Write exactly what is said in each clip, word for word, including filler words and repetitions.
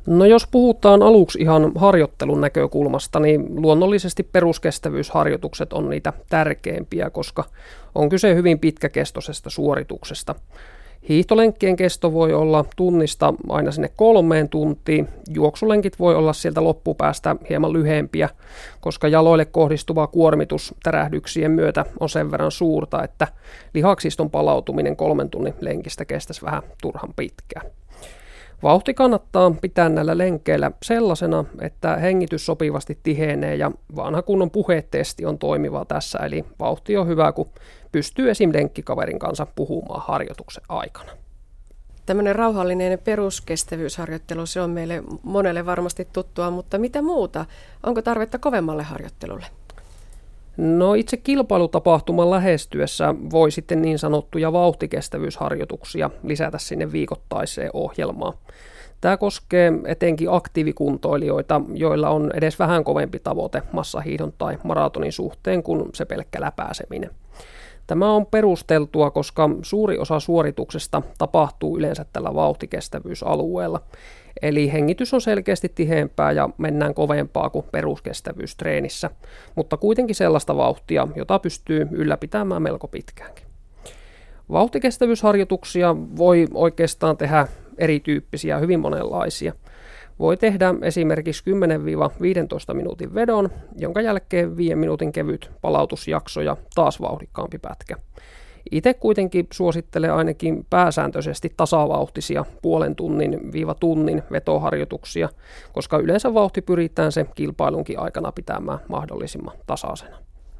No jos puhutaan aluksi ihan harjoittelun näkökulmasta, niin luonnollisesti peruskestävyysharjoitukset on niitä tärkeimpiä, koska on kyse hyvin pitkäkestoisesta suorituksesta. Hiihtolenkkien kesto voi olla tunnista aina sinne kolmeen tuntiin. Juoksulenkit voi olla sieltä loppupäästä hieman lyhempiä, koska jaloille kohdistuva kuormitus tärähdyksien myötä on sen verran suurta, että lihaksiston palautuminen kolmen tunnin lenkistä kestäisi vähän turhan pitkään. Vauhti kannattaa pitää näillä lenkeillä sellaisena, että hengitys sopivasti tihenee ja vanha kunnon puhetesti on toimiva tässä, eli vauhti on hyvä, kun pystyy esim. Lenkkikaverin kanssa puhumaan harjoituksen aikana. Tämmöinen rauhallinen peruskestävyysharjoittelu, se on meille monelle varmasti tuttua, mutta mitä muuta? Onko tarvetta kovemmalle harjoittelulle? No itse kilpailutapahtuman lähestyessä voi sitten niin sanottuja vauhtikestävyysharjoituksia lisätä sinne viikoittaiseen ohjelmaan. Tämä koskee etenkin aktiivikuntoilijoita, joilla on edes vähän kovempi tavoite massahiihdon tai maratonin suhteen kuin se pelkkä läpääseminen. Tämä on perusteltua, koska suuri osa suorituksesta tapahtuu yleensä tällä vauhtikestävyysalueella. Eli hengitys on selkeästi tiheämpää ja mennään kovempaa kuin peruskestävyystreenissä, mutta kuitenkin sellaista vauhtia, jota pystyy ylläpitämään melko pitkäänkin. Vauhtikestävyysharjoituksia voi oikeastaan tehdä erityyppisiä, hyvin monenlaisia. Voi tehdä esimerkiksi kymmenen viisitoista minuutin vedon, jonka jälkeen viiden minuutin kevyt palautusjakso ja taas vauhdikkaampi pätkä. Itse kuitenkin suosittelen ainakin pääsääntöisesti tasavauhtisia puolen tunnin viiva tunnin vetoharjoituksia, koska yleensä vauhti pyritään se kilpailunkin aikana pitämään mahdollisimman tasaisena.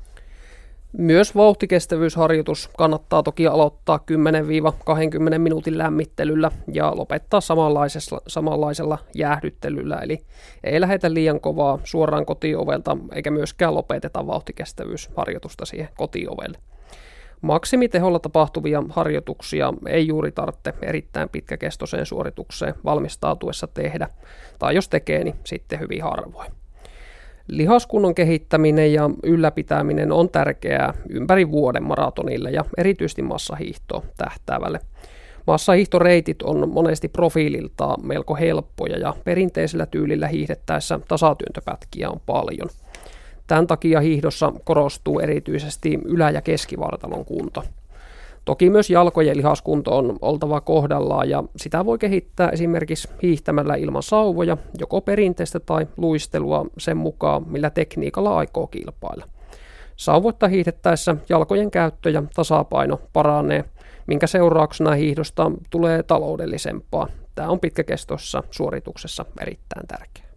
Myös vauhtikestävyysharjoitus kannattaa toki aloittaa kymmenen kaksikymmentä minuutin lämmittelyllä ja lopettaa samanlaisella, samanlaisella jäähdyttelyllä, eli ei lähdetä liian kovaa suoraan kotiovelta eikä myöskään lopeteta vauhtikestävyysharjoitusta siihen kotiovelle. Maksimiteholla tapahtuvia harjoituksia ei juuri tarvitse erittäin pitkäkestoiseen suoritukseen valmistautuessa tehdä, tai jos tekee, niin sitten hyvin harvoin. Lihaskunnon kehittäminen ja ylläpitäminen on tärkeää ympäri vuoden maratonille ja erityisesti massahiihtoon tähtäävälle. Massahiihtoreitit on monesti profiililtaan melko helppoja ja perinteisellä tyylillä hiihdettäessä tasatyöntöpätkiä on paljon. Tämän takia hiihdossa korostuu erityisesti ylä- ja keskivartalon kunto. Toki myös jalkojen lihaskunto on oltava kohdallaan ja sitä voi kehittää esimerkiksi hiihtämällä ilman sauvoja, joko perinteistä tai luistelua sen mukaan, millä tekniikalla aikoo kilpailla. Sauvoitta hiihdettäessä jalkojen käyttö ja tasapaino paranee, minkä seurauksena hiihdosta tulee taloudellisempaa. Tämä on pitkäkestoisessa suorituksessa erittäin tärkeää.